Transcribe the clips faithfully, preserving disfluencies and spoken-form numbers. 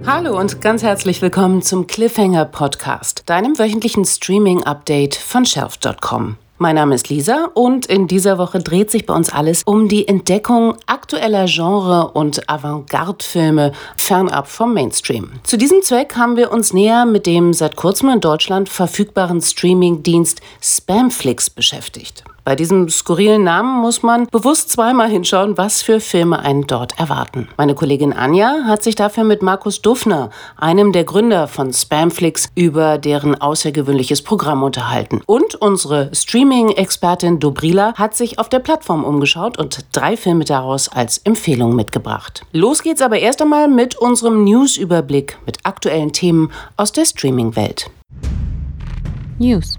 Hallo und ganz herzlich willkommen zum Cliffhanger Podcast, deinem wöchentlichen Streaming-Update von Shelf Punkt com. Mein Name ist Lisa und in dieser Woche dreht sich bei uns alles um die Entdeckung aktueller Genre- und Avantgarde-Filme fernab vom Mainstream. Zu diesem Zweck haben wir uns näher mit dem seit kurzem in Deutschland verfügbaren Streaming-Dienst Spamflix beschäftigt. Bei diesem skurrilen Namen muss man bewusst zweimal hinschauen, was für Filme einen dort erwarten. Meine Kollegin Anja hat sich dafür mit Markus Dufner, einem der Gründer von Spamflix, über deren außergewöhnliches Programm unterhalten. Und unsere Streaming-Expertin Dobrila hat sich auf der Plattform umgeschaut und drei Filme daraus als Empfehlung mitgebracht. Los geht's aber erst einmal mit unserem News-Überblick mit aktuellen Themen aus der Streaming-Welt. News.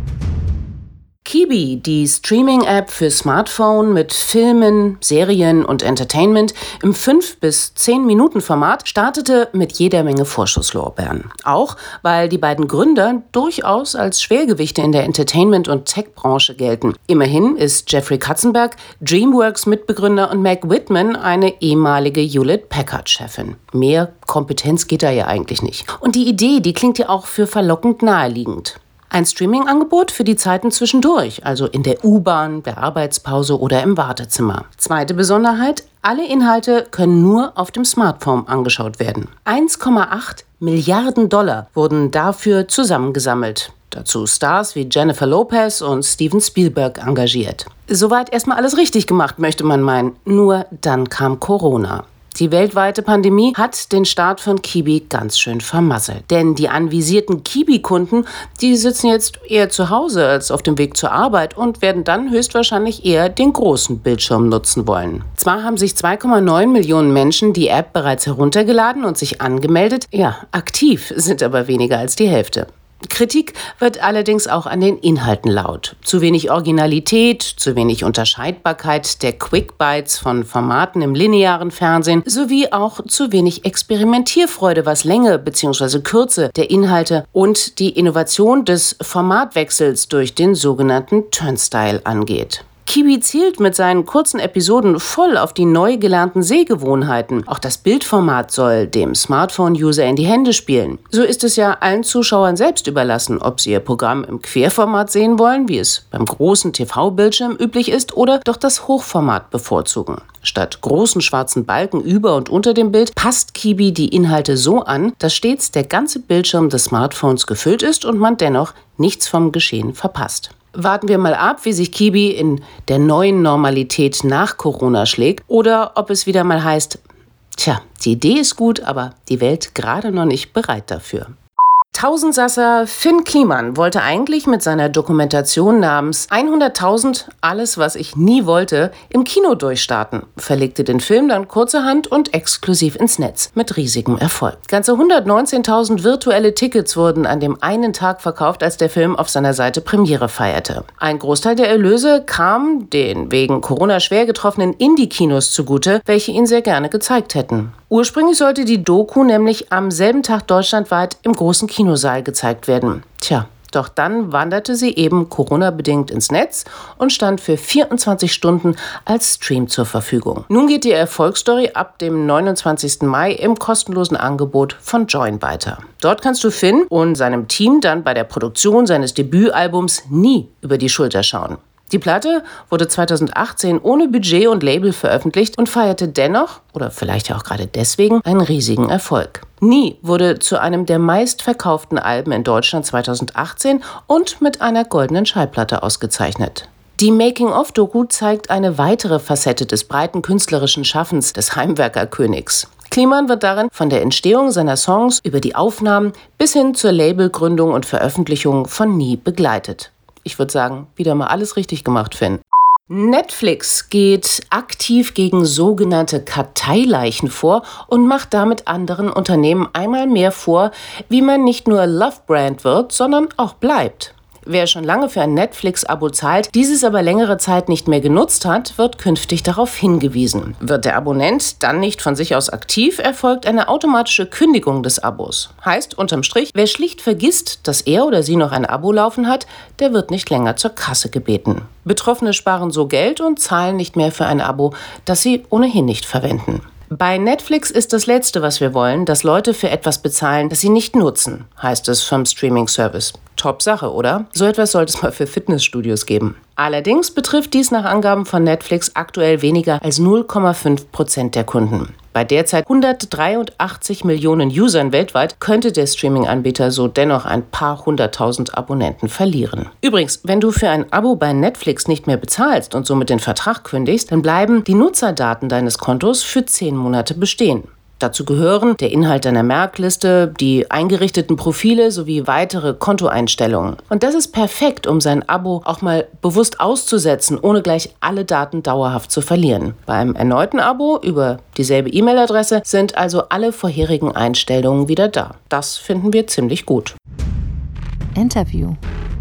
Quibi, die Streaming-App für Smartphone mit Filmen, Serien und Entertainment im fünf bis zehn Minuten Format, startete mit jeder Menge Vorschusslorbeeren. Auch weil die beiden Gründer durchaus als Schwergewichte in der Entertainment- und Tech-Branche gelten. Immerhin ist Jeffrey Katzenberg DreamWorks-Mitbegründer und Meg Whitman eine ehemalige Hewlett-Packard-Chefin. Mehr Kompetenz geht da ja eigentlich nicht. Und die Idee, die klingt ja auch für verlockend naheliegend. Ein Streaming-Angebot für die Zeiten zwischendurch, also in der U-Bahn, der Arbeitspause oder im Wartezimmer. Zweite Besonderheit, alle Inhalte können nur auf dem Smartphone angeschaut werden. eins Komma acht Milliarden Dollar wurden dafür zusammengesammelt. Dazu Stars wie Jennifer Lopez und Steven Spielberg engagiert. Soweit erstmal alles richtig gemacht, möchte man meinen. Nur dann kam Corona. Die weltweite Pandemie hat den Start von Quibi ganz schön vermasselt. Denn die anvisierten Quibi-Kunden, die sitzen jetzt eher zu Hause als auf dem Weg zur Arbeit und werden dann höchstwahrscheinlich eher den großen Bildschirm nutzen wollen. Zwar haben sich zwei Komma neun Millionen Menschen die App bereits heruntergeladen und sich angemeldet, ja, aktiv sind aber weniger als die Hälfte. Kritik wird allerdings auch an den Inhalten laut. Zu wenig Originalität, zu wenig Unterscheidbarkeit der Quickbites von Formaten im linearen Fernsehen sowie auch zu wenig Experimentierfreude, was Länge bzw. Kürze der Inhalte und die Innovation des Formatwechsels durch den sogenannten Turnstile angeht. Quibi zielt mit seinen kurzen Episoden voll auf die neu gelernten Sehgewohnheiten. Auch das Bildformat soll dem Smartphone-User in die Hände spielen. So ist es ja allen Zuschauern selbst überlassen, ob sie ihr Programm im Querformat sehen wollen, wie es beim großen T V-Bildschirm üblich ist, oder doch das Hochformat bevorzugen. Statt großen schwarzen Balken über und unter dem Bild passt Quibi die Inhalte so an, dass stets der ganze Bildschirm des Smartphones gefüllt ist und man dennoch nichts vom Geschehen verpasst. Warten wir mal ab, wie sich Quibi in der neuen Normalität nach Corona schlägt oder ob es wieder mal heißt, tja, die Idee ist gut, aber die Welt gerade noch nicht bereit dafür. Tausendsasser Finn Kliman wollte eigentlich mit seiner Dokumentation namens hunderttausend Alles, was ich nie wollte, im Kino durchstarten, verlegte den Film dann kurzerhand und exklusiv ins Netz mit riesigem Erfolg. Ganze hundertneunzehntausend virtuelle Tickets wurden an dem einen Tag verkauft, als der Film auf seiner Seite Premiere feierte. Ein Großteil der Erlöse kam den wegen Corona schwer getroffenen Indie-Kinos zugute, welche ihn sehr gerne gezeigt hätten. Ursprünglich sollte die Doku nämlich am selben Tag deutschlandweit im großen Kinosaal gezeigt werden. Tja, doch dann wanderte sie eben Corona-bedingt ins Netz und stand für vierundzwanzig Stunden als Stream zur Verfügung. Nun geht die Erfolgsstory ab dem neunundzwanzigsten Mai im kostenlosen Angebot von Joyn weiter. Dort kannst du Finn und seinem Team dann bei der Produktion seines Debütalbums nie über die Schulter schauen. Die Platte wurde zweitausendachtzehn ohne Budget und Label veröffentlicht und feierte dennoch, oder vielleicht auch gerade deswegen, einen riesigen Erfolg. Nie wurde zu einem der meistverkauften Alben in Deutschland zweitausendachtzehn und mit einer goldenen Schallplatte ausgezeichnet. Die Making-of-Doku zeigt eine weitere Facette des breiten künstlerischen Schaffens des Heimwerkerkönigs. Kliman wird darin von der Entstehung seiner Songs über die Aufnahmen bis hin zur Labelgründung und Veröffentlichung von Nie begleitet. Ich würde sagen, wieder mal alles richtig gemacht, Finn. Netflix geht aktiv gegen sogenannte Karteileichen vor und macht damit anderen Unternehmen einmal mehr vor, wie man nicht nur Love-Brand wird, sondern auch bleibt. Wer schon lange für ein Netflix-Abo zahlt, dieses aber längere Zeit nicht mehr genutzt hat, wird künftig darauf hingewiesen. Wird der Abonnent dann nicht von sich aus aktiv, erfolgt eine automatische Kündigung des Abos. Heißt unterm Strich, wer schlicht vergisst, dass er oder sie noch ein Abo laufen hat, der wird nicht länger zur Kasse gebeten. Betroffene sparen so Geld und zahlen nicht mehr für ein Abo, das sie ohnehin nicht verwenden. Bei Netflix ist das Letzte, was wir wollen, dass Leute für etwas bezahlen, das sie nicht nutzen, heißt es vom Streaming-Service. Top Sache, oder? So etwas sollte es mal für Fitnessstudios geben. Allerdings betrifft dies nach Angaben von Netflix aktuell weniger als null Komma fünf Prozent der Kunden. Bei derzeit hundertdreiundachtzig Millionen Usern weltweit könnte der Streaming-Anbieter so dennoch ein paar hunderttausend Abonnenten verlieren. Übrigens, wenn du für ein Abo bei Netflix nicht mehr bezahlst und somit den Vertrag kündigst, dann bleiben die Nutzerdaten deines Kontos für zehn Monate bestehen. Dazu gehören der Inhalt deiner Merkliste, die eingerichteten Profile sowie weitere Kontoeinstellungen. Und das ist perfekt, um sein Abo auch mal bewusst auszusetzen, ohne gleich alle Daten dauerhaft zu verlieren. Beim erneuten Abo über dieselbe E-Mail-Adresse sind also alle vorherigen Einstellungen wieder da. Das finden wir ziemlich gut. Interview.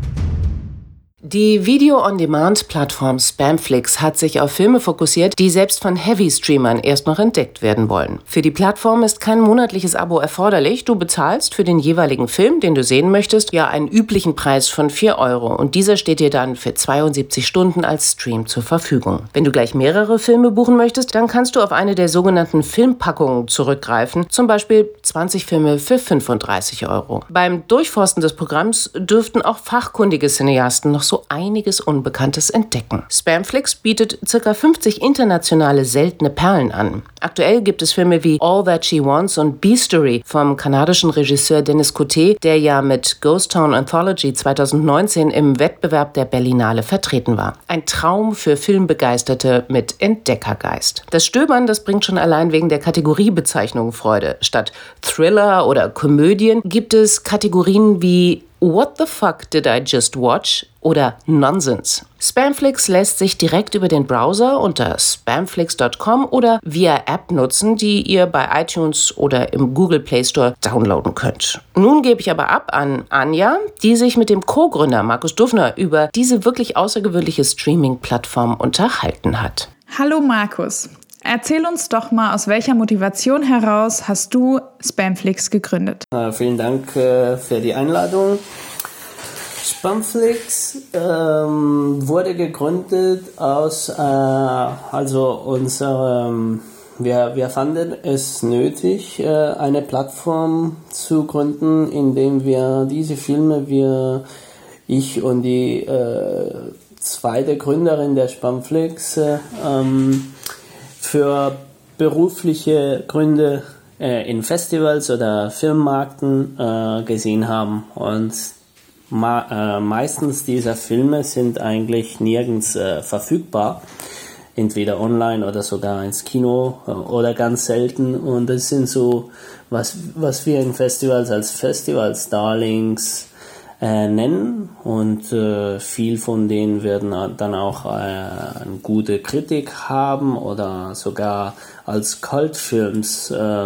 Die Video-on-Demand-Plattform Spamflix hat sich auf Filme fokussiert, die selbst von Heavy-Streamern erst noch entdeckt werden wollen. Für die Plattform ist kein monatliches Abo erforderlich. Du bezahlst für den jeweiligen Film, den du sehen möchtest, ja einen üblichen Preis von vier Euro. Und dieser steht dir dann für zweiundsiebzig Stunden als Stream zur Verfügung. Wenn du gleich mehrere Filme buchen möchtest, dann kannst du auf eine der sogenannten Filmpackungen zurückgreifen. Zum Beispiel zwanzig Filme für fünfunddreißig Euro. Beim Durchforsten des Programms dürften auch fachkundige Cineasten noch so einiges Unbekanntes entdecken. Spamflix bietet ca. fünfzig internationale seltene Perlen an. Aktuell gibt es Filme wie All That She Wants und Beastery vom kanadischen Regisseur Denis Coté, der ja mit Ghost Town Anthology zweitausendneunzehn im Wettbewerb der Berlinale vertreten war. Ein Traum für Filmbegeisterte mit Entdeckergeist. Das Stöbern, das bringt schon allein wegen der Kategoriebezeichnung Freude. Statt Thriller oder Komödien gibt es Kategorien wie What the fuck did I just watch? Oder Nonsense. Spamflix lässt sich direkt über den Browser unter spamflix Punkt com oder via App nutzen, die ihr bei iTunes oder im Google Play Store downloaden könnt. Nun gebe ich aber ab an Anja, die sich mit dem Co-Gründer Markus Dufner über diese wirklich außergewöhnliche Streaming-Plattform unterhalten hat. Hallo Markus. Erzähl uns doch mal, aus welcher Motivation heraus hast du Spamflix gegründet? Äh, vielen Dank äh, für die Einladung. Spamflix ähm, wurde gegründet aus, äh, also unserem, wir, wir fanden es nötig, äh, eine Plattform zu gründen, in dem wir diese Filme, wir, ich und die äh, zweite Gründerin der Spamflix, äh, ähm, für berufliche Gründe äh, in Festivals oder Filmmarkten äh, gesehen haben. Und ma- äh, meistens dieser Filme sind eigentlich nirgends äh, verfügbar. Entweder online oder sogar ins Kino äh, oder ganz selten. Und das sind so, was, was wir in Festivals als Festival-Starlings Äh, nennen, und äh, viel von denen werden dann auch äh, eine gute Kritik haben oder sogar als Kultfilms äh,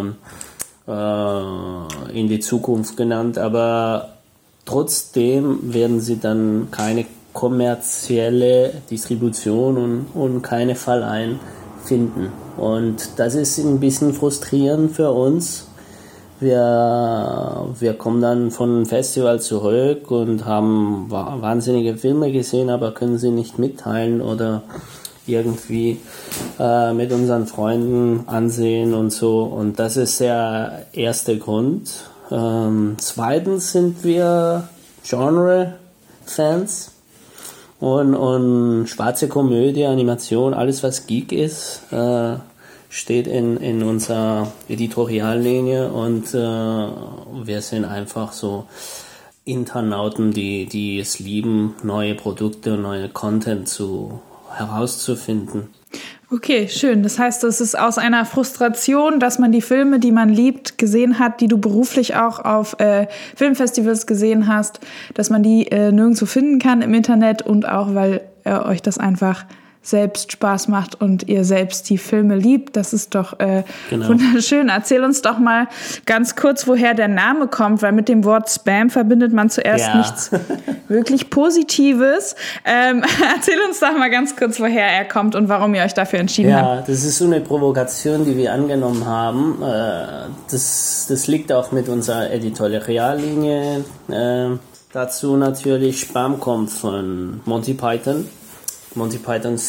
äh, in die Zukunft genannt, aber trotzdem werden sie dann keine kommerzielle Distribution und, und keine Verleihen finden, und das ist ein bisschen frustrierend für uns. Wir, wir kommen dann von einem Festival zurück und haben wahnsinnige Filme gesehen, aber können sie nicht mitteilen oder irgendwie äh, mit unseren Freunden ansehen und so. Und das ist der erste Grund. Ähm, zweitens sind wir Genre-Fans und, und schwarze Komödie, Animation, alles was Geek ist, äh, steht in, in unserer Editoriallinie, und äh, wir sind einfach so Internauten, die, die es lieben, neue Produkte und neue Content zu, herauszufinden. Okay, schön. Das heißt, es ist aus einer Frustration, dass man die Filme, die man liebt, gesehen hat, die du beruflich auch auf äh, Filmfestivals gesehen hast, dass man die äh, nirgendwo finden kann im Internet, und auch, weil äh, euch das einfach selbst Spaß macht und ihr selbst die Filme liebt. Das ist doch äh, genau. Wunderschön. Erzähl uns doch mal ganz kurz, woher der Name kommt, weil mit dem Wort Spam verbindet man zuerst ja. nichts wirklich Positives. Ähm, erzähl uns doch mal ganz kurz, woher er kommt und warum ihr euch dafür entschieden ja, habt. Ja, das ist so eine Provokation, die wir angenommen haben. Äh, das, das liegt auch mit unserer Editoriallinie. Äh, dazu natürlich, Spam kommt von Monty Python. Monty Pythons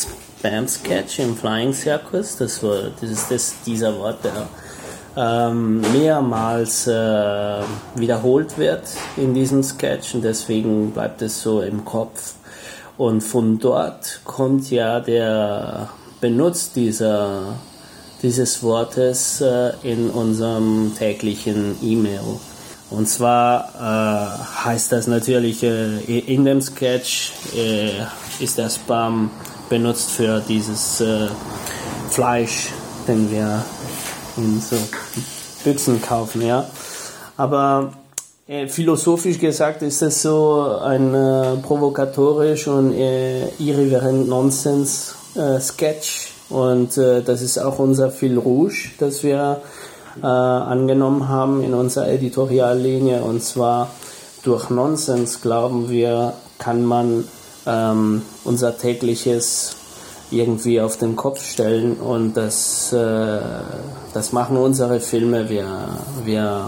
Spam Sketch im Flying Circus. Das, war, das ist das, dieser Wort, der ähm, mehrmals äh, wiederholt wird in diesem Sketch und deswegen bleibt es so im Kopf. Und von dort kommt ja der Benutz dieser, dieses Wortes äh, in unserem täglichen E-Mail. Und zwar äh, heißt das natürlich, äh, in dem Sketch äh, ist der Spam benutzt für dieses äh, Fleisch, den wir in so Büchsen kaufen, ja. Aber äh, philosophisch gesagt ist das so ein äh, provokatorisch und äh, irreverent Nonsens äh, Sketch und äh, das ist auch unser Fil Rouge, das wir äh, angenommen haben in unserer Editoriallinie, und zwar durch Nonsens glauben wir, kann man ähm, unser tägliches irgendwie auf den Kopf stellen und das, äh, das machen unsere Filme. Wir, wir,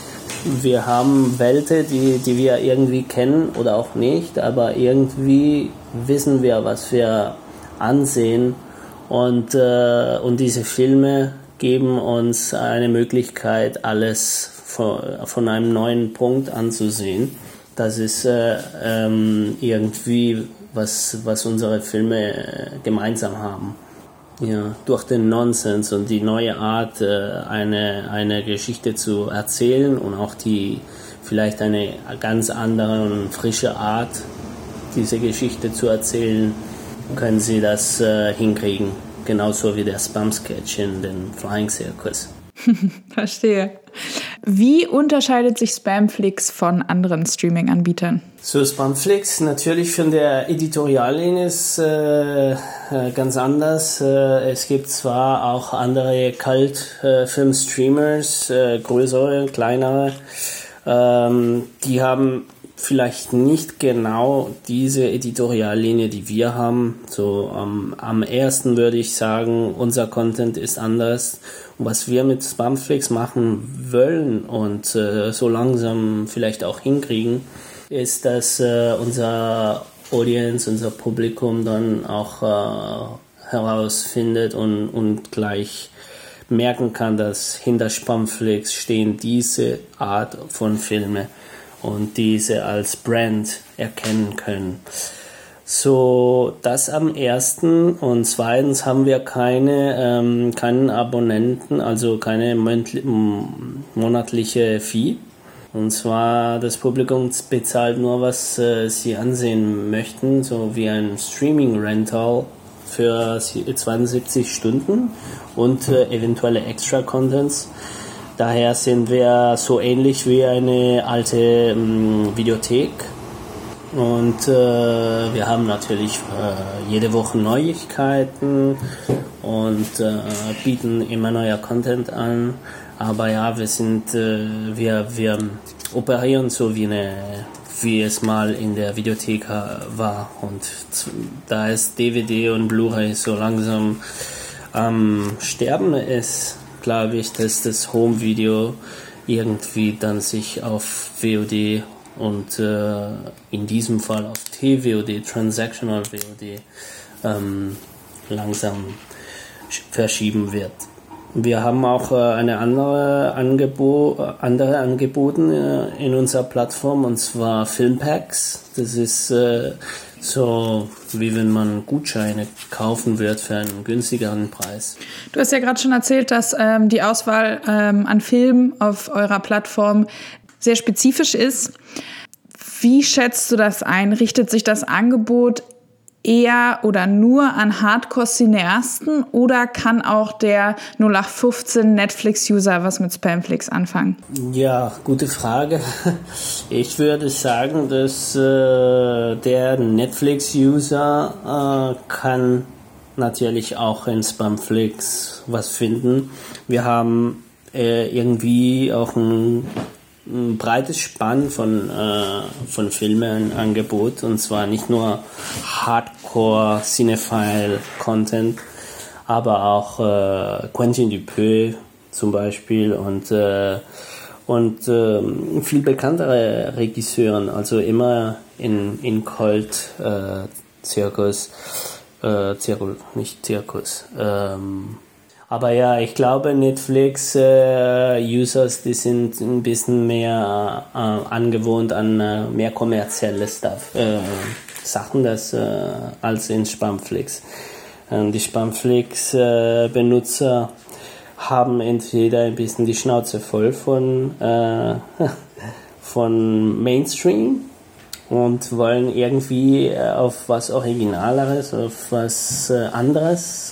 wir haben Welten, die, die wir irgendwie kennen oder auch nicht, aber irgendwie wissen wir, was wir ansehen und, äh, und diese Filme geben uns eine Möglichkeit, alles von, von einem neuen Punkt anzusehen. Das ist äh, ähm, irgendwie was, was unsere Filme gemeinsam haben. Ja, durch den Nonsens und die neue Art, eine, eine Geschichte zu erzählen und auch die vielleicht eine ganz andere und frische Art, diese Geschichte zu erzählen, können sie das äh, hinkriegen. Genauso wie der Spam-Sketch in den Flying Circus. Verstehe. Wie unterscheidet sich Spamflix von anderen Streaming-Anbietern? So, Spamflix natürlich von der Editoriallinie ist äh, ganz anders. Äh, es gibt zwar auch andere Cult-Film-Streamers, äh, größere, kleinere, ähm, die haben vielleicht nicht genau diese Editoriallinie, die wir haben. So ähm, am ersten würde ich sagen, unser Content ist anders. Und was wir mit Spamflix machen wollen und äh, so langsam vielleicht auch hinkriegen, ist, dass äh, unser Audience, unser Publikum dann auch äh, herausfindet und, und gleich merken kann, dass hinter Spamflix stehen diese Art von Filme und diese als Brand erkennen können. So, das am ersten, und zweitens haben wir keine ähm, keinen Abonnenten, also keine monatliche Fee. Und zwar das Publikum bezahlt nur, was äh, sie ansehen möchten, so wie ein Streaming-Rental für zweiundsiebzig Stunden und äh, eventuelle Extra-Contents. Daher sind wir so ähnlich wie eine alte ähm, Videothek. Und äh, wir haben natürlich äh, jede Woche Neuigkeiten und äh, bieten immer neuer Content an. Aber ja, wir sind, äh, wir, wir operieren so wie eine, wie es mal in der Videothek war. Und da es D V D und Blu-ray so langsam am ähm, Sterben ist, glaube ich, dass das Home-Video irgendwie dann sich auf V O D und äh, in diesem Fall auf T V O D, Transactional V O D, ähm, langsam verschieben wird. Wir haben auch äh, eine andere, Angebo- andere angeboten äh, in unserer Plattform, und zwar Filmpacks. Das ist äh, so, wie wenn man Gutscheine kaufen wird für einen günstigeren Preis. Du hast ja gerade schon erzählt, dass ähm, die Auswahl ähm, an Filmen auf eurer Plattform sehr spezifisch ist. Wie schätzt du das ein? Richtet sich das Angebot eher oder nur an Hardcore-Cineasten oder kann auch der null acht fünfzehn Netflix-User was mit Spamflix anfangen? Ja, gute Frage. Ich würde sagen, dass äh, der Netflix-User äh, kann natürlich auch in Spamflix was finden. Wir haben äh, irgendwie auch ein ein breites Spann von, äh, von Filmen Angebot, und zwar nicht nur Hardcore Cinephile Content, aber auch äh, Quentin Dupieux zum Beispiel und, äh, und äh, viel bekanntere Regisseuren, also immer in, in Cult äh, Zirkus. Äh, Zirkus, nicht Zirkus. Ähm, aber ja, ich glaube, Netflix-Users, äh, die sind ein bisschen mehr äh, angewohnt an äh, mehr kommerzielle Stuff, äh, Sachen das, äh, als in Spamflix. Ähm, die Spamflix-Benutzer äh, haben entweder ein bisschen die Schnauze voll von, äh, von Mainstream und wollen irgendwie auf was Originaleres, auf was äh, anderes.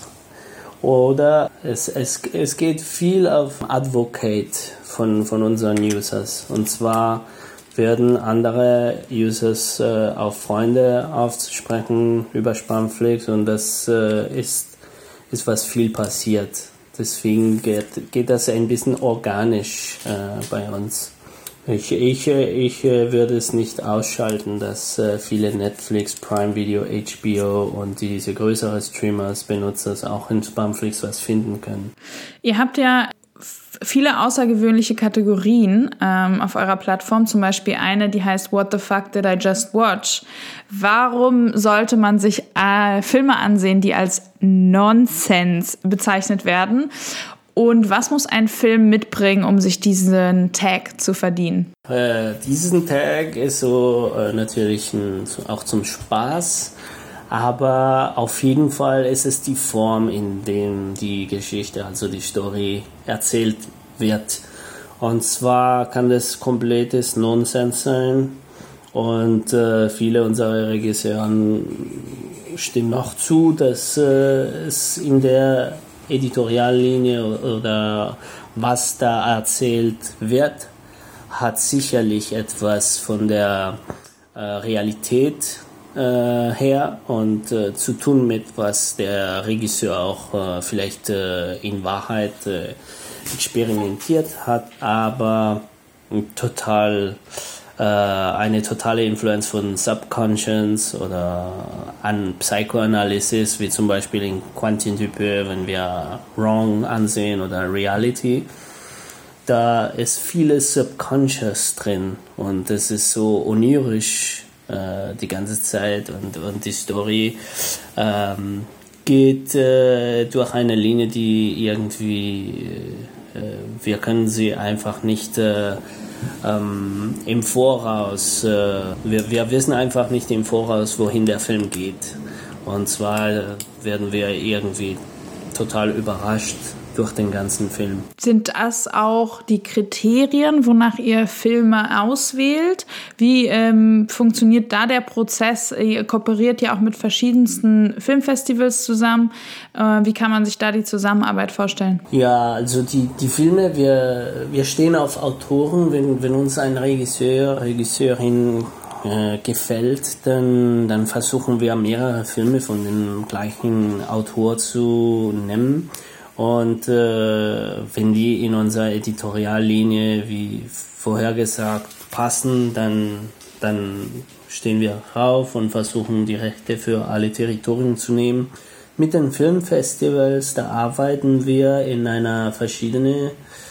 Oder es, es, es geht viel auf Advocate von, von unseren Users. Und zwar werden andere Users äh, auf Freunde aufzusprechen über Spamflix und das äh, ist, ist was viel passiert. Deswegen geht, geht das ein bisschen organisch äh, bei uns. Ich, ich, ich würde es nicht ausschalten, dass viele Netflix, Prime Video, H B O und diese größeren Streamers, Benutzer auch in Spamflix was finden können. Ihr habt ja viele außergewöhnliche Kategorien ähm, auf eurer Plattform, zum Beispiel eine, die heißt What the fuck did I just watch? Warum sollte man sich äh, Filme ansehen, die als Nonsense bezeichnet werden? Und was muss ein Film mitbringen, um sich diesen Tag zu verdienen? Äh, diesen Tag ist so äh, natürlich ein, auch zum Spaß, aber auf jeden Fall ist es die Form, in der die Geschichte, also die Story erzählt wird. Und zwar kann das komplettes Nonsens sein und äh, viele unserer Regisseure stimmen auch zu, dass äh, es in der Editoriallinie oder was da erzählt wird, hat sicherlich etwas von der äh, Realität äh, her und äh, zu tun mit, was der Regisseur auch äh, vielleicht äh, in Wahrheit äh, experimentiert hat, aber total äh, eine totale Influence von Subconscious oder an Psychoanalysis, wie zum Beispiel in Quentin Dupieux, wenn wir Wrong ansehen oder Reality. Da ist vieles Subconscious drin und es ist so onirisch äh, die ganze Zeit und, und die Story ähm, geht äh, durch eine Linie, die irgendwie äh, wir können sie einfach nicht äh, ähm, im Voraus, äh, wir, wir wissen einfach nicht im Voraus, wohin der Film geht. Und zwar äh, werden wir irgendwie total überrascht durch den ganzen Film. Sind das auch die Kriterien, wonach ihr Filme auswählt? Wie ähm, funktioniert da der Prozess? Ihr kooperiert ja auch mit verschiedensten Filmfestivals zusammen. Äh, wie kann man sich da die Zusammenarbeit vorstellen? Ja, also die, die Filme, wir, wir stehen auf Autoren. Wenn, wenn uns ein Regisseur, Regisseurin äh, gefällt, dann, dann versuchen wir mehrere Filme von dem gleichen Autor zu nehmen. Und äh, wenn die in unserer Editoriallinie, wie vorhergesagt, passen, dann, dann stehen wir rauf und versuchen, die Rechte für alle Territorien zu nehmen. Mit den Filmfestivals, da arbeiten wir in einer verschiedenen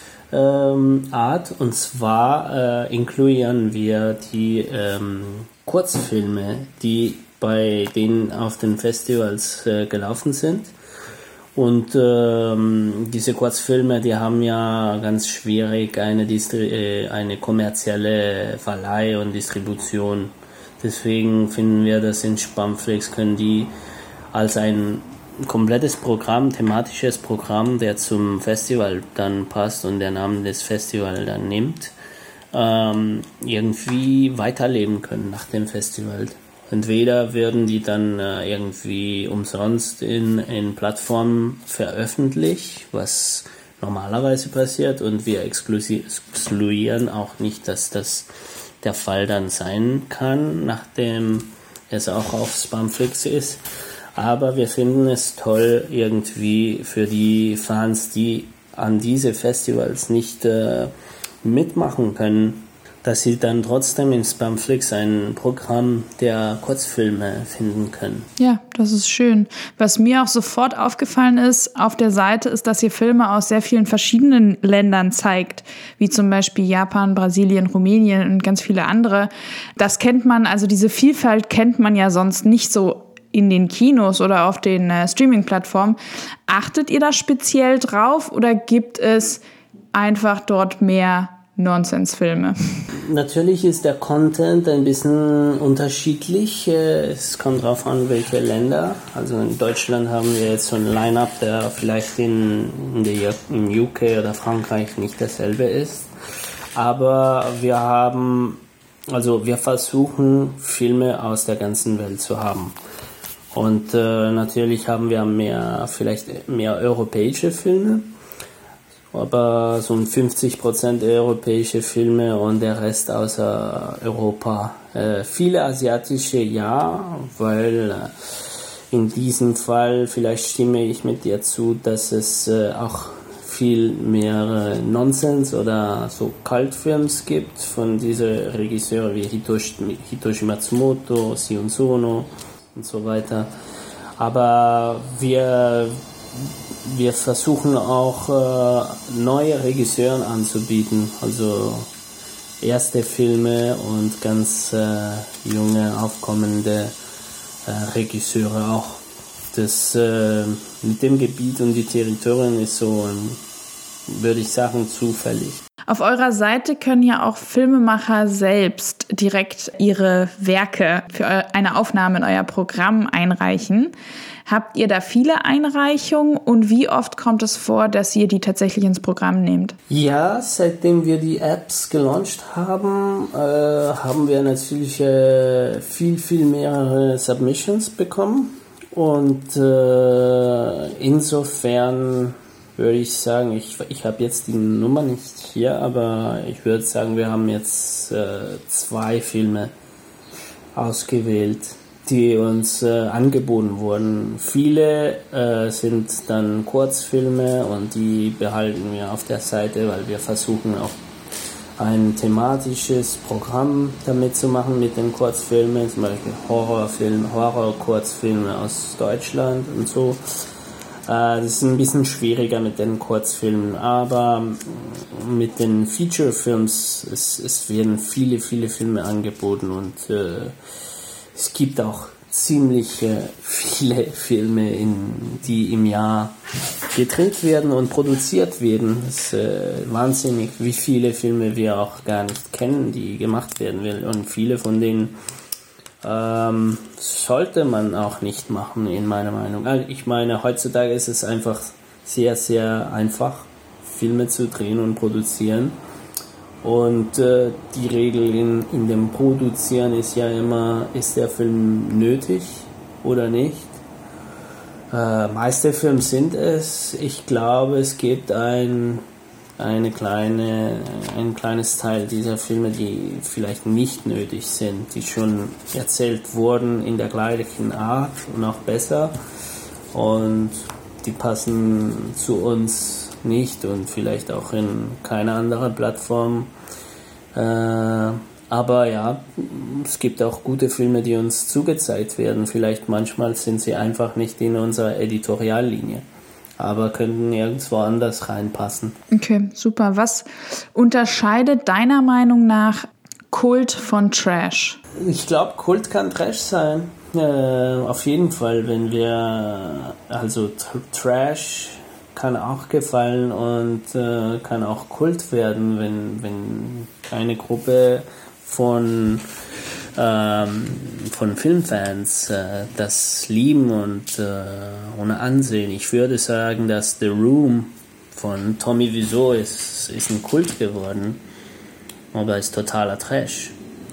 ähm, Art. Und zwar äh, inkludieren wir die ähm, Kurzfilme, die bei denen auf den Festivals äh, gelaufen sind. Und ähm, diese Kurzfilme, die haben ja ganz schwierig eine, Distri- äh, eine kommerzielle Verleih und Distribution. Deswegen finden wir, dass in Spamflix können die als ein komplettes Programm, thematisches Programm, der zum Festival dann passt und der Namen des Festivals dann nimmt, ähm, irgendwie weiterleben können nach dem Festival. Entweder werden die dann äh, irgendwie umsonst in, in Plattformen veröffentlicht, was normalerweise passiert, und wir exkludieren auch nicht, dass das der Fall dann sein kann, nachdem es auch auf Spamflix ist. Aber wir finden es toll irgendwie für die Fans, die an diese Festivals nicht äh, mitmachen können, dass sie dann trotzdem in Spamflix ein Programm der Kurzfilme finden können. Ja, das ist schön. Was mir auch sofort aufgefallen ist auf der Seite, ist, dass ihr Filme aus sehr vielen verschiedenen Ländern zeigt, wie zum Beispiel Japan, Brasilien, Rumänien und ganz viele andere. Das kennt man, also diese Vielfalt kennt man ja sonst nicht so in den Kinos oder auf den äh, Streaming-Plattformen. Achtet ihr da speziell drauf oder gibt es einfach dort mehr Nonsensfilme? Natürlich ist der Content ein bisschen unterschiedlich. Es kommt darauf an, welche Länder. Also in Deutschland haben wir jetzt so ein Line-Up, der vielleicht in, in, der, in U K oder Frankreich nicht dasselbe ist. Aber wir haben, also wir versuchen, Filme aus der ganzen Welt zu haben. Und äh, natürlich haben wir mehr, vielleicht mehr europäische Filme. Aber so ein fünfzig Prozent europäische Filme und der Rest außer Europa. Äh, viele asiatische, ja, weil äh, in diesem Fall, vielleicht stimme ich mit dir zu, dass es äh, auch viel mehr äh, Nonsens oder so Kultfilms gibt von diesen Regisseuren wie Hitoshi, Hitoshi Matsumoto, Sion Sono und so weiter. Aber wir Wir versuchen auch äh, neue Regisseure anzubieten, also erste Filme und ganz äh, junge, aufkommende äh, Regisseure auch. Das äh, mit dem Gebiet und die Territorien ist so, würde ich sagen, zufällig. Auf eurer Seite können ja auch Filmemacher selbst direkt ihre Werke für eine Aufnahme in euer Programm einreichen. Habt ihr da viele Einreichungen und wie oft kommt es vor, dass ihr die tatsächlich ins Programm nehmt? Ja, seitdem wir die Apps gelauncht haben, äh, haben wir natürlich äh, viel, viel mehrere Submissions bekommen. Und äh, insofern würde ich sagen, ich, ich habe jetzt die Nummer nicht hier, aber ich würde sagen, wir haben jetzt äh, zwei Filme ausgewählt, die uns äh, angeboten wurden. Viele äh, sind dann Kurzfilme und die behalten wir auf der Seite, weil wir versuchen auch ein thematisches Programm damit zu machen mit den Kurzfilmen, zum Beispiel Horrorfilme, Horror-Kurzfilme aus Deutschland und so. Das ist ein bisschen schwieriger mit den Kurzfilmen, aber mit den Feature-Films, es, es werden viele, viele Filme angeboten und äh, es gibt auch ziemlich äh, viele Filme, in, die im Jahr gedreht werden und produziert werden. Es ist äh, wahnsinnig, wie viele Filme wir auch gar nicht kennen, die gemacht werden will und viele von denen Ähm, sollte man auch nicht machen, in meiner Meinung. Also ich meine, heutzutage ist es einfach sehr, sehr einfach, Filme zu drehen und produzieren. Und äh, die Regel in, in dem Produzieren ist ja immer, ist der Film nötig oder nicht? Äh, meiste Filme sind es. Ich glaube, es gibt ein eine kleine, ein kleines Teil dieser Filme, die vielleicht nicht nötig sind, die schon erzählt wurden in der gleichen Art und auch besser und die passen zu uns nicht und vielleicht auch in keine andere Plattform. Äh, aber ja, es gibt auch gute Filme, die uns zugezeigt werden. Vielleicht manchmal sind sie einfach nicht in unserer Editoriallinie, aber könnten nirgendwo anders reinpassen. Okay, super. Was unterscheidet deiner Meinung nach Kult von Trash? Ich glaube, Kult kann Trash sein. Äh, auf jeden Fall, wenn wir, also Trash kann auch gefallen und äh, kann auch Kult werden, wenn, wenn eine Gruppe von Ähm, von Filmfans äh, das lieben und äh, ohne Ansehen. Ich würde sagen, dass The Room von Tommy Wiseau ist, ist ein Kult geworden, aber ist totaler Trash.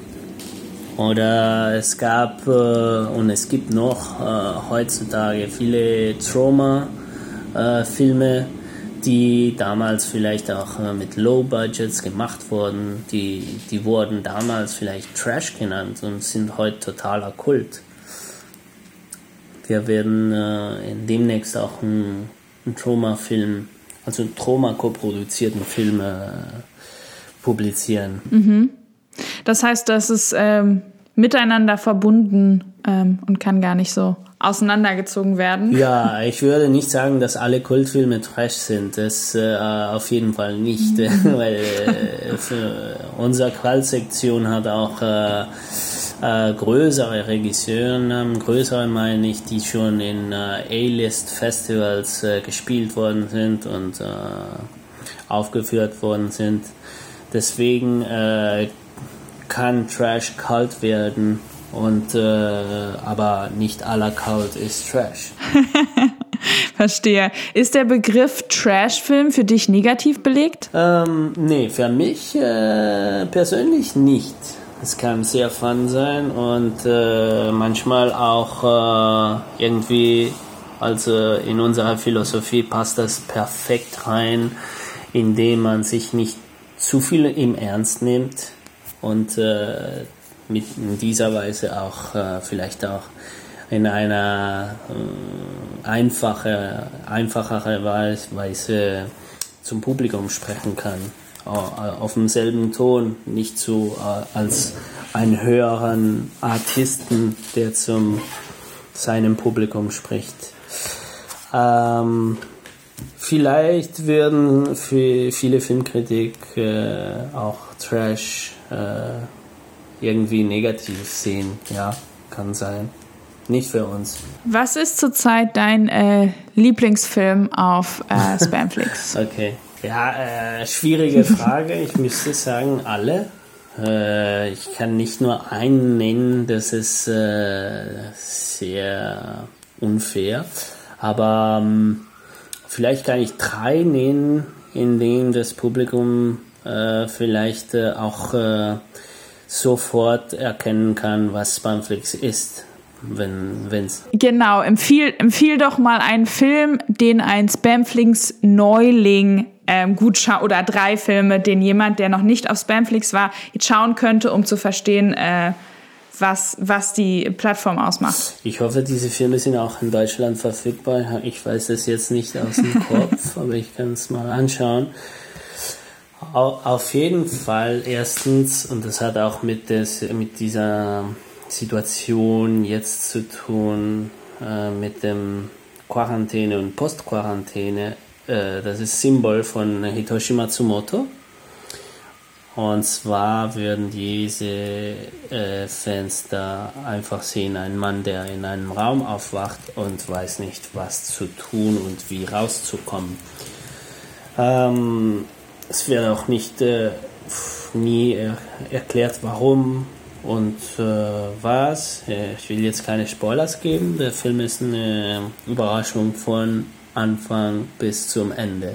Oder es gab äh, und es gibt noch äh, heutzutage viele Trauma-Filme, äh, die damals vielleicht auch äh, mit Low Budgets gemacht wurden, die, die wurden damals vielleicht Trash genannt und sind heute totaler Kult. Wir werden äh, demnächst auch einen, einen Trauma-Film, also einen Trauma-koproduzierten Film äh, publizieren. Mhm. Das heißt, das ist ähm, miteinander verbunden ähm, und kann gar nicht so auseinandergezogen werden. Ja, ich würde nicht sagen, dass alle Kultfilme Trash sind. Das äh, auf jeden Fall nicht, mhm. weil äh, unsere Kultsektion hat auch äh, äh, größere Regisseure haben, größere meine ich, die schon in äh, A-List-Festivals äh, gespielt worden sind und äh, aufgeführt worden sind. Deswegen äh, kann Trash Cult werden, und äh, aber nicht aller Cult ist Trash. Verstehe. Ist der Begriff Trash-Film für dich negativ belegt? Ähm, nee, für mich äh, persönlich nicht. Es kann sehr fun sein und äh, manchmal auch äh, irgendwie, also in unserer Philosophie passt das perfekt rein, indem man sich nicht zu viel im Ernst nimmt und äh, mit in dieser Weise auch äh, vielleicht auch in einer äh, einfache, einfachere Weise zum Publikum sprechen kann. Auf demselben Ton, nicht so äh, als einen höheren Artisten, der zum seinem Publikum spricht. Ähm, vielleicht werden für viele Filmkritiker äh, auch Trash äh, irgendwie negativ sehen. Ja, kann sein. Nicht für uns. Was ist zurzeit dein äh, Lieblingsfilm auf äh, Spamflix? Okay. Ja, äh, schwierige Frage. Ich müsste sagen, alle. Äh, ich kann nicht nur einen nennen, das ist äh, sehr unfair. Aber ähm, vielleicht kann ich drei nennen, in denen das Publikum äh, vielleicht äh, auch äh, sofort erkennen kann, was Spamflix ist. Wenn, wenn's Genau, empfiehl, empfiehl doch mal einen Film, den ein Spamflix-Neuling ähm, gut schaut, oder drei Filme, den jemand, der noch nicht auf Spamflix war, jetzt schauen könnte, um zu verstehen, äh, was, was die Plattform ausmacht. Ich hoffe, diese Filme sind auch in Deutschland verfügbar. Ich weiß das jetzt nicht aus dem Kopf, aber ich kann es mal anschauen. Auf jeden Fall erstens, und das hat auch mit, des, mit dieser Situation jetzt zu tun, äh, mit dem Quarantäne und Post-Quarantäne. Äh, das ist Symbol von Hitoshi Matsumoto. Und zwar würden diese äh, Fans da einfach sehen, einen Mann, der in einem Raum aufwacht und weiß nicht, was zu tun und wie rauszukommen. Ähm, es wird auch nicht äh, nie er- erklärt, warum und äh, was. Ich will jetzt keine Spoilers geben. Der Film ist eine Überraschung von Anfang bis zum Ende.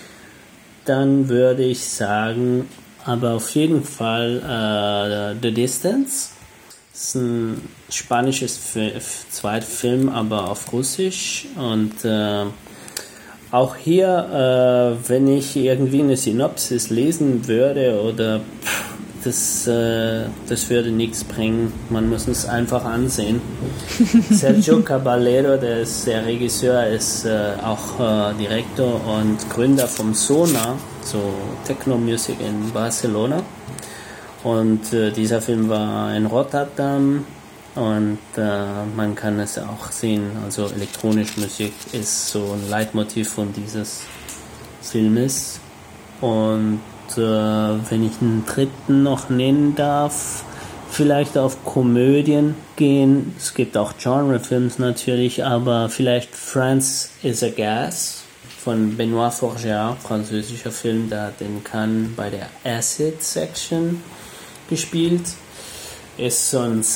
Dann würde ich sagen, aber auf jeden Fall äh, The Distance. Das ist ein spanisches F- Zweitfilm, aber auf Russisch. Und äh, auch hier, äh, wenn ich irgendwie eine Synopsis lesen würde oder pff, Das, äh, das würde nichts bringen. Man muss es einfach ansehen. Sergio Caballero, der ist der Regisseur, ist äh, auch äh, Direktor und Gründer vom Sonar, so Techno Music in Barcelona. Und äh, dieser Film war in Rotterdam und äh, man kann es auch sehen. Also elektronische Musik ist so ein Leitmotiv von dieses Filmes. Und äh, wenn ich einen dritten noch nennen darf, vielleicht auf Komödien gehen. Es gibt auch Genrefilms natürlich, aber vielleicht France is a Gas von Benoît Forgeat, französischer Film, der hat in Cannes bei der Acid Section gespielt. Ist so eine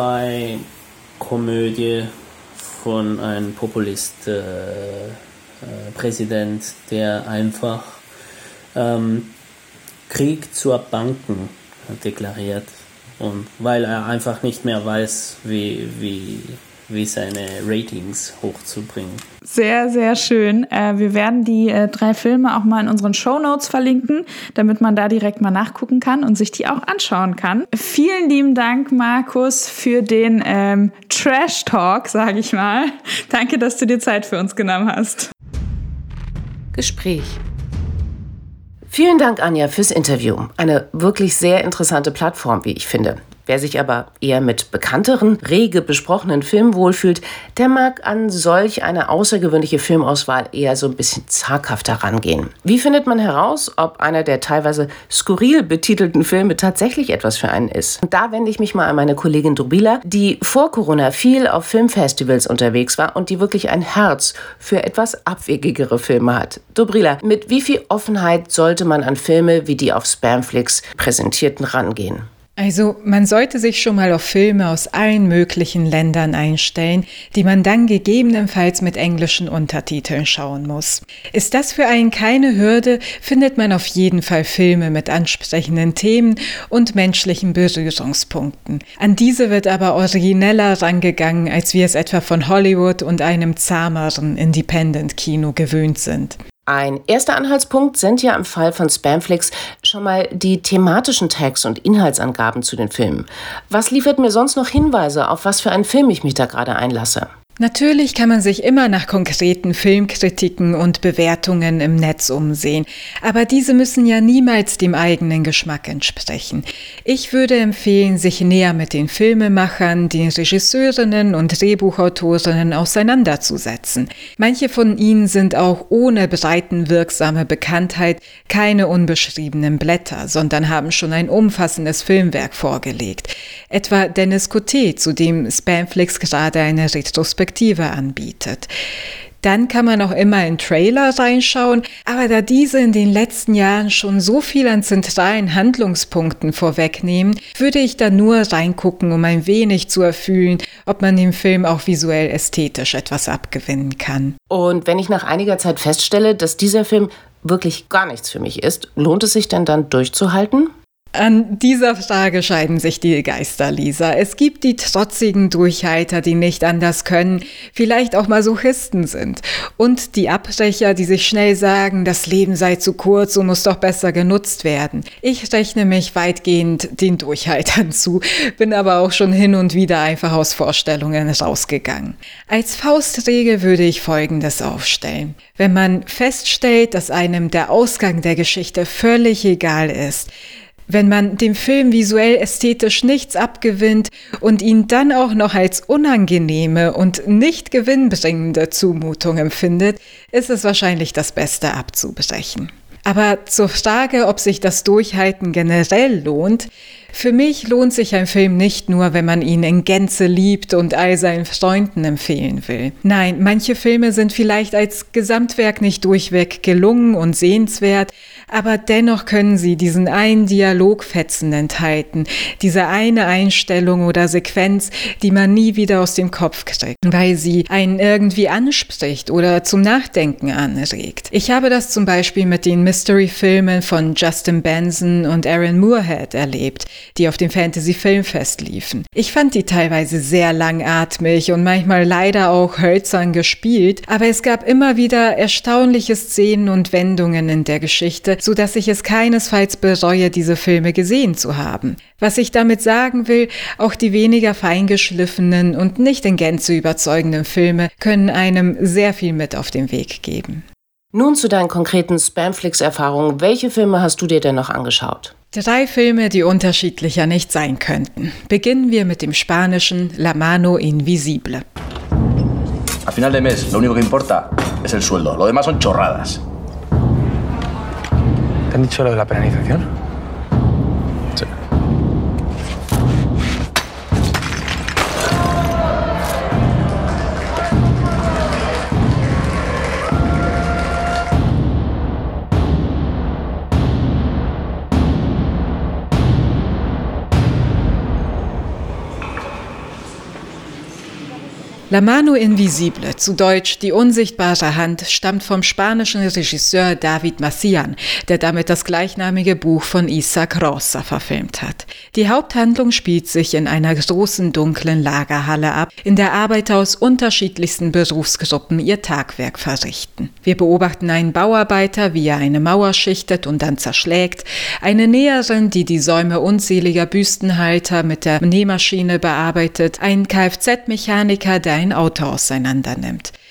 Sci-Fi-Komödie von einem Populist äh, äh, Präsident, der einfach ähm, Krieg zur Banken deklariert, und weil er einfach nicht mehr weiß, wie, wie, wie seine Ratings hochzubringen. Sehr, sehr schön. Äh, wir werden die äh, drei Filme auch mal in unseren Shownotes verlinken, damit man da direkt mal nachgucken kann und sich die auch anschauen kann. Vielen lieben Dank, Markus, für den ähm, Trash-Talk, sage ich mal. Danke, dass du dir Zeit für uns genommen hast. Gespräch. Vielen Dank, Anja, fürs Interview. Eine wirklich sehr interessante Plattform, wie ich finde. Wer sich aber eher mit bekannteren, rege besprochenen Filmen wohlfühlt, der mag an solch eine außergewöhnliche Filmauswahl eher so ein bisschen zaghafter rangehen. Wie findet man heraus, ob einer der teilweise skurril betitelten Filme tatsächlich etwas für einen ist? Und da wende ich mich mal an meine Kollegin Dobrila, die vor Corona viel auf Filmfestivals unterwegs war und die wirklich ein Herz für etwas abwegigere Filme hat. Dobrila, mit wie viel Offenheit sollte man an Filme wie die auf Spamflix präsentierten rangehen? Also man sollte sich schon mal auf Filme aus allen möglichen Ländern einstellen, die man dann gegebenenfalls mit englischen Untertiteln schauen muss. Ist das für einen keine Hürde, findet man auf jeden Fall Filme mit ansprechenden Themen und menschlichen Berührungspunkten. An diese wird aber origineller rangegangen, als wir es etwa von Hollywood und einem zahmeren Independent-Kino gewöhnt sind. Ein erster Anhaltspunkt sind ja im Fall von Spamflix schon mal die thematischen Tags und Inhaltsangaben zu den Filmen. Was liefert mir sonst noch Hinweise, auf was für einen Film ich mich da gerade einlasse? Natürlich kann man sich immer nach konkreten Filmkritiken und Bewertungen im Netz umsehen, aber diese müssen ja niemals dem eigenen Geschmack entsprechen. Ich würde empfehlen, sich näher mit den Filmemachern, den Regisseurinnen und Drehbuchautorinnen auseinanderzusetzen. Manche von ihnen sind auch ohne breitenwirksame Bekanntheit keine unbeschriebenen Blätter, sondern haben schon ein umfassendes Filmwerk vorgelegt. Etwa Dennis Coté, zu dem Spamflix gerade eine Retrospektive anbietet. Dann kann man auch immer in Trailer reinschauen, aber da diese in den letzten Jahren schon so viel an zentralen Handlungspunkten vorwegnehmen, würde ich da nur reingucken, um ein wenig zu erfühlen, ob man dem Film auch visuell ästhetisch etwas abgewinnen kann. Und wenn ich nach einiger Zeit feststelle, dass dieser Film wirklich gar nichts für mich ist, lohnt es sich denn dann durchzuhalten? An dieser Frage scheiden sich die Geister, Lisa. Es gibt die trotzigen Durchhalter, die nicht anders können, vielleicht auch Masochisten sind. Und die Abbrecher, die sich schnell sagen, das Leben sei zu kurz und muss doch besser genutzt werden. Ich rechne mich weitgehend den Durchhaltern zu, bin aber auch schon hin und wieder einfach aus Vorstellungen rausgegangen. Als Faustregel würde ich Folgendes aufstellen. Wenn man feststellt, dass einem der Ausgang der Geschichte völlig egal ist, wenn man dem Film visuell ästhetisch nichts abgewinnt und ihn dann auch noch als unangenehme und nicht gewinnbringende Zumutung empfindet, ist es wahrscheinlich das Beste abzubrechen. Aber zur Frage, ob sich das Durchhalten generell lohnt: Für mich lohnt sich ein Film nicht nur, wenn man ihn in Gänze liebt und all seinen Freunden empfehlen will. Nein, manche Filme sind vielleicht als Gesamtwerk nicht durchweg gelungen und sehenswert, aber dennoch können sie diesen einen Dialogfetzen enthalten, diese eine Einstellung oder Sequenz, die man nie wieder aus dem Kopf kriegt, weil sie einen irgendwie anspricht oder zum Nachdenken anregt. Ich habe das zum Beispiel mit den Mystery-Filmen von Justin Benson und Aaron Moorhead erlebt, die auf dem Fantasy-Filmfest liefen. Ich fand die teilweise sehr langatmig und manchmal leider auch hölzern gespielt, aber es gab immer wieder erstaunliche Szenen und Wendungen in der Geschichte, sodass ich es keinesfalls bereue, diese Filme gesehen zu haben. Was ich damit sagen will, auch die weniger feingeschliffenen und nicht in Gänze überzeugenden Filme können einem sehr viel mit auf den Weg geben. Nun zu deinen konkreten Spamflix-Erfahrungen. Welche Filme hast du dir denn noch angeschaut? Drei Filme, die unterschiedlicher nicht sein könnten. Beginnen wir mit dem spanischen La Mano Invisible. A final de mes, lo único que importa es el sueldo. Lo demás son chorradas. ¿Te han dicho lo de la penalización? Sí. La Mano Invisible, zu Deutsch Die unsichtbare Hand, stammt vom spanischen Regisseur David Macián, der damit das gleichnamige Buch von Isaac Rosa verfilmt hat. Die Haupthandlung spielt sich in einer großen dunklen Lagerhalle ab, in der Arbeiter aus unterschiedlichsten Berufsgruppen ihr Tagwerk verrichten. Wir beobachten einen Bauarbeiter, wie er eine Mauer schichtet und dann zerschlägt, eine Näherin, die die Säume unzähliger Büstenhalter mit der Nähmaschine bearbeitet, einen Kfz-Mechaniker, der ein Auto auseinander nimmt.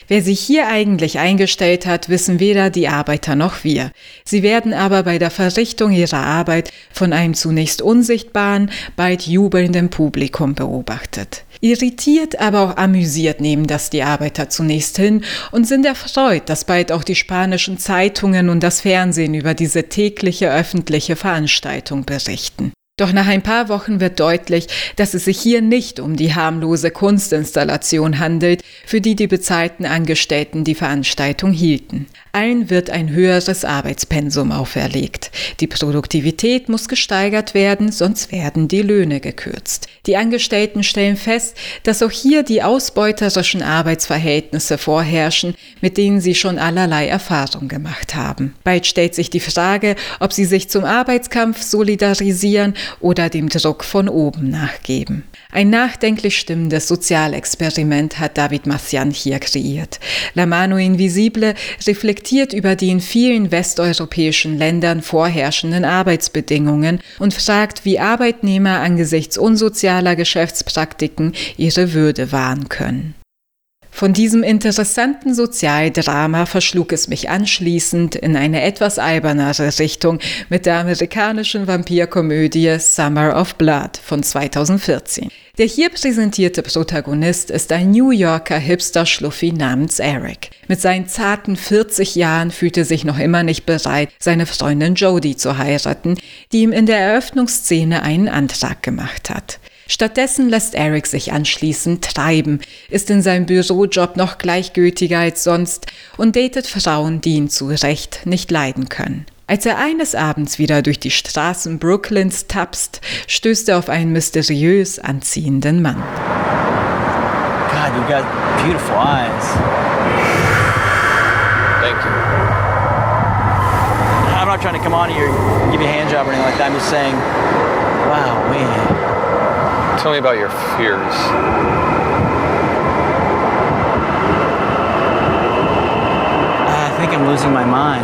Wer sich hier eigentlich eingestellt hat, wissen weder die Arbeiter noch wir. Sie werden aber bei der Verrichtung ihrer Arbeit von einem zunächst unsichtbaren, bald jubelnden Publikum beobachtet. Irritiert, aber auch amüsiert nehmen das die Arbeiter zunächst hin und sind erfreut, dass bald auch die spanischen Zeitungen und das Fernsehen über diese tägliche öffentliche Veranstaltung berichten. Doch nach ein paar Wochen wird deutlich, dass es sich hier nicht um die harmlose Kunstinstallation handelt, für die die bezahlten Angestellten die Veranstaltung hielten. Allen wird ein höheres Arbeitspensum auferlegt. Die Produktivität muss gesteigert werden, sonst werden die Löhne gekürzt. Die Angestellten stellen fest, dass auch hier die ausbeuterischen Arbeitsverhältnisse vorherrschen, mit denen sie schon allerlei Erfahrung gemacht haben. Bald stellt sich die Frage, ob sie sich zum Arbeitskampf solidarisieren oder dem Druck von oben nachgeben. Ein nachdenklich stimmendes Sozialexperiment hat David Macián hier kreiert. La Mano Invisible reflektiert über die in vielen westeuropäischen Ländern vorherrschenden Arbeitsbedingungen und fragt, wie Arbeitnehmer angesichts unsozialer Geschäftspraktiken ihre Würde wahren können. Von diesem interessanten Sozialdrama verschlug es mich anschließend in eine etwas albernere Richtung mit der amerikanischen Vampirkomödie Summer of Blood von zweitausendvierzehn. Der hier präsentierte Protagonist ist ein New Yorker Hipster-Schluffi namens Eric. Mit seinen zarten vierzig Jahren fühlt er sich noch immer nicht bereit, seine Freundin Jodie zu heiraten, die ihm in der Eröffnungsszene einen Antrag gemacht hat. Stattdessen lässt Eric sich anschließend treiben, ist in seinem Bürojob noch gleichgültiger als sonst und datet Frauen, die ihn zu Recht nicht leiden können. Als er eines Abends wieder durch die Straßen Brooklyns tapst, stößt er auf einen mysteriös anziehenden Mann. God, you got beautiful eyes. Thank you. I'm not trying to come on here and give you a hand job or anything like that. I'm just saying, wow, man. Tell me about your fears. I think I'm losing my mind.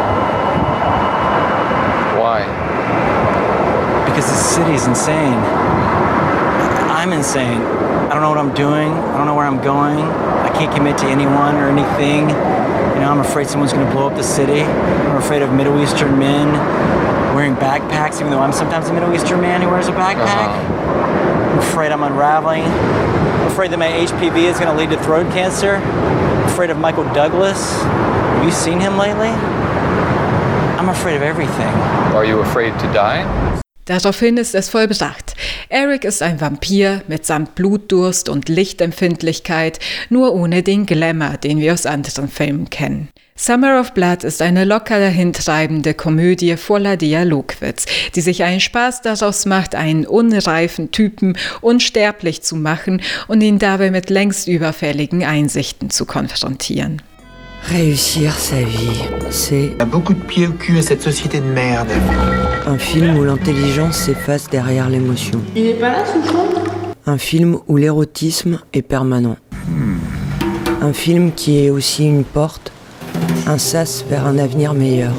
Why? Because this city's insane. I'm insane. I don't know what I'm doing. I don't know where I'm going. I can't commit to anyone or anything. You know, I'm afraid someone's going to blow up the city. I'm afraid of Middle Eastern men wearing backpacks, even though I'm sometimes a Middle Eastern man who wears a backpack. Uh-huh. I'm afraid I'm unraveling. I'm afraid that my H P V is going to lead to throat cancer. I'm afraid of Michael Douglas. Have you seen him lately? I'm afraid of everything. Are you afraid to die? Daraufhin ist es vollbracht. Eric ist ein Vampir mitsamt Blutdurst und Lichtempfindlichkeit, nur ohne den Glamour, den wir aus anderen Filmen kennen. Summer of Blood ist eine locker dahintreibende Komödie voller Dialogwitz, die sich einen Spaß daraus macht, einen unreifen Typen unsterblich zu machen und ihn dabei mit längst überfälligen Einsichten zu konfrontieren. Réussir sa vie, c'est... Il y a beaucoup de pieds au cul à cette société de merde. Un film où l'intelligence s'efface derrière l'émotion. Il n'est pas là, Souchon ? Un film où l'érotisme est permanent. Hmm. Un film qui est aussi une porte, un sas vers un avenir meilleur.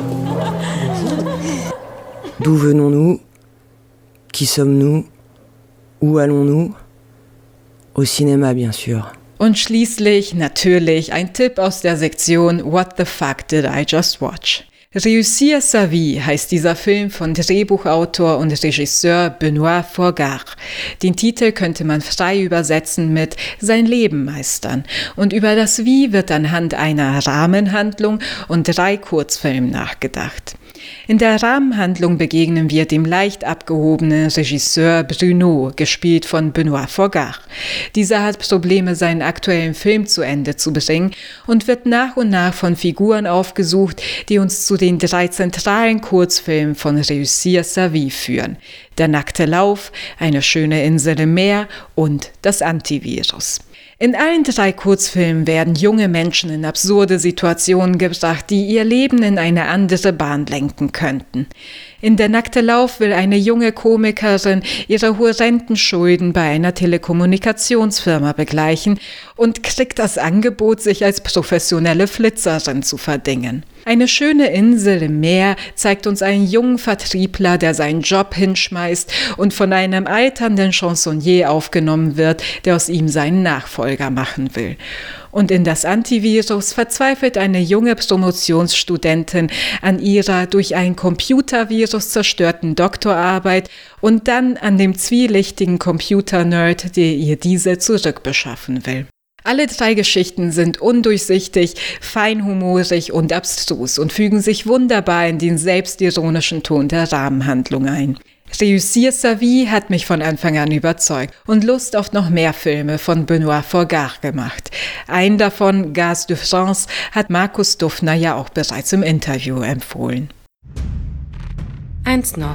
D'où venons-nous ? Qui sommes-nous ? Où allons-nous ? Au cinéma, bien sûr. Und schließlich natürlich ein Tipp aus der Sektion What the fuck did I just watch? Réussir sa vie heißt dieser Film von Drehbuchautor und Regisseur Benoît Forgard. Den Titel könnte man frei übersetzen mit Sein Leben meistern. Und über das Wie wird anhand einer Rahmenhandlung und drei Kurzfilmen nachgedacht. In der Rahmenhandlung begegnen wir dem leicht abgehobenen Regisseur Bruno, gespielt von Benoît Forgard. Dieser hat Probleme, seinen aktuellen Film zu Ende zu bringen und wird nach und nach von Figuren aufgesucht, die uns zu den drei zentralen Kurzfilmen von Réussir sa vie führen. Der nackte Lauf, Eine schöne Insel im Meer und das Antivirus. In allen drei Kurzfilmen werden junge Menschen in absurde Situationen gebracht, die ihr Leben in eine andere Bahn lenken könnten. In Der nackte Lauf will eine junge Komikerin ihre horrenden Schulden bei einer Telekommunikationsfirma begleichen und kriegt das Angebot, sich als professionelle Flitzerin zu verdingen. Eine schöne Insel im Meer zeigt uns einen jungen Vertriebler, der seinen Job hinschmeißt und von einem alternden Chansonnier aufgenommen wird, der aus ihm seinen Nachfolger machen will. Und in das Antivirus verzweifelt eine junge Promotionsstudentin an ihrer durch ein Computervirus zerstörten Doktorarbeit und dann an dem zwielichtigen Computer-Nerd, der ihr diese zurückbeschaffen will. Alle drei Geschichten sind undurchsichtig, feinhumorig und abstrus und fügen sich wunderbar in den selbstironischen Ton der Rahmenhandlung ein. Réussir sa vie hat mich von Anfang an überzeugt und Lust auf noch mehr Filme von Benoît Forgard gemacht. Einen davon, Gaz de France, hat Markus Dufner ja auch bereits im Interview empfohlen. Eins noch.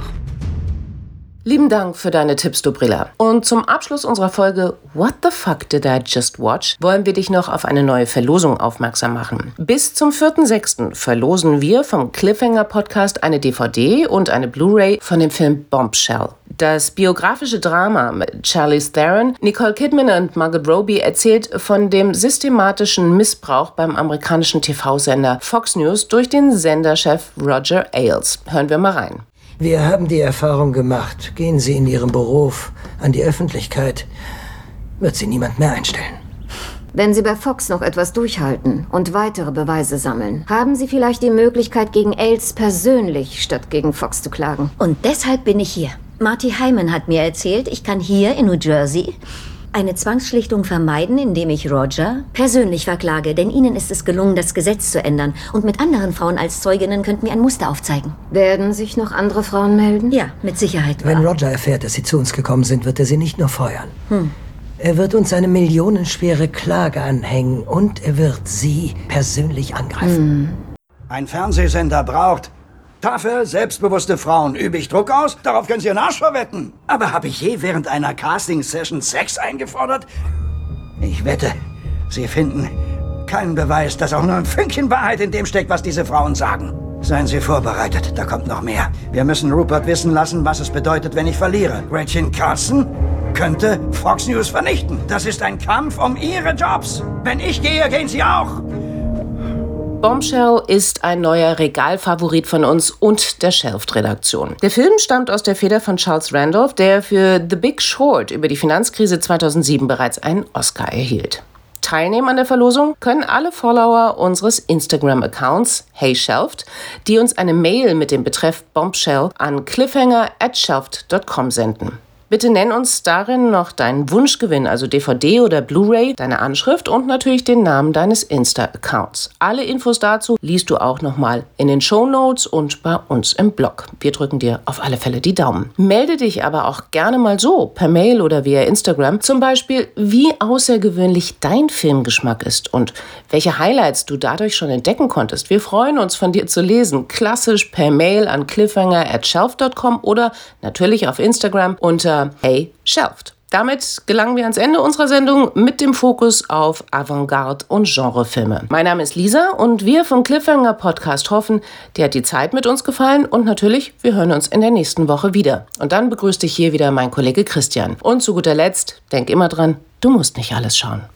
Lieben Dank für deine Tipps, Dobrila. Und zum Abschluss unserer Folge What the fuck did I just watch? Wollen wir dich noch auf eine neue Verlosung aufmerksam machen. Bis zum vierten sechsten verlosen wir vom Cliffhanger-Podcast eine D V D und eine Blu-ray von dem Film Bombshell. Das biografische Drama mit Charlize Theron, Nicole Kidman und Margot Robbie erzählt von dem systematischen Missbrauch beim amerikanischen T V-Sender Fox News durch den Senderchef Roger Ailes. Hören wir mal rein. Wir haben die Erfahrung gemacht, gehen Sie in Ihrem Beruf an die Öffentlichkeit, wird Sie niemand mehr einstellen. Wenn Sie bei Fox noch etwas durchhalten und weitere Beweise sammeln, haben Sie vielleicht die Möglichkeit, gegen Ailes persönlich statt gegen Fox zu klagen. Und deshalb bin ich hier. Marty Hyman hat mir erzählt, ich kann hier in New Jersey eine Zwangsschlichtung vermeiden, indem ich Roger persönlich verklage. Denn Ihnen ist es gelungen, das Gesetz zu ändern. Und mit anderen Frauen als Zeuginnen könnten wir ein Muster aufzeigen. Werden sich noch andere Frauen melden? Ja, mit Sicherheit. Wenn Roger erfährt, dass Sie zu uns gekommen sind, wird er Sie nicht nur feuern. Hm. Er wird uns eine millionenschwere Klage anhängen und er wird Sie persönlich angreifen. Hm. Ein Fernsehsender braucht taffe, selbstbewusste Frauen. Übe ich Druck aus? Darauf können Sie Ihren Arsch verwetten. Aber habe ich je während einer Casting-Session Sex eingefordert? Ich wette, Sie finden keinen Beweis, dass auch nur ein Fünkchen Wahrheit in dem steckt, was diese Frauen sagen. Seien Sie vorbereitet, da kommt noch mehr. Wir müssen Rupert wissen lassen, was es bedeutet, wenn ich verliere. Gretchen Carlson könnte Fox News vernichten. Das ist ein Kampf um Ihre Jobs. Wenn ich gehe, gehen Sie auch. Bombshell ist ein neuer Regalfavorit von uns und der Shelft-Redaktion. Der Film stammt aus der Feder von Charles Randolph, der für The Big Short über die Finanzkrise zweitausendsieben bereits einen Oscar erhielt. Teilnehmen an der Verlosung können alle Follower unseres Instagram-Accounts Hey Shelft, die uns eine Mail mit dem Betreff Bombshell an cliffhanger at shelft dot com senden. Bitte nenn uns darin noch deinen Wunschgewinn, also D V D oder Blu-ray, deine Anschrift und natürlich den Namen deines Insta-Accounts. Alle Infos dazu liest du auch nochmal in den Shownotes und bei uns im Blog. Wir drücken dir auf alle Fälle die Daumen. Melde dich aber auch gerne mal so, per Mail oder via Instagram, zum Beispiel, wie außergewöhnlich dein Filmgeschmack ist und welche Highlights du dadurch schon entdecken konntest. Wir freuen uns, von dir zu lesen. Klassisch per Mail an cliffhanger at shelft dot com oder natürlich auf Instagram unter Hey Shelft. Damit gelangen wir ans Ende unserer Sendung mit dem Fokus auf Avantgarde- und Genrefilme. Mein Name ist Lisa und wir vom Cliffhanger Podcast hoffen, dir hat die Zeit mit uns gefallen und natürlich, wir hören uns in der nächsten Woche wieder. Und dann begrüßt dich hier wieder mein Kollege Christian. Und zu guter Letzt, denk immer dran, du musst nicht alles schauen.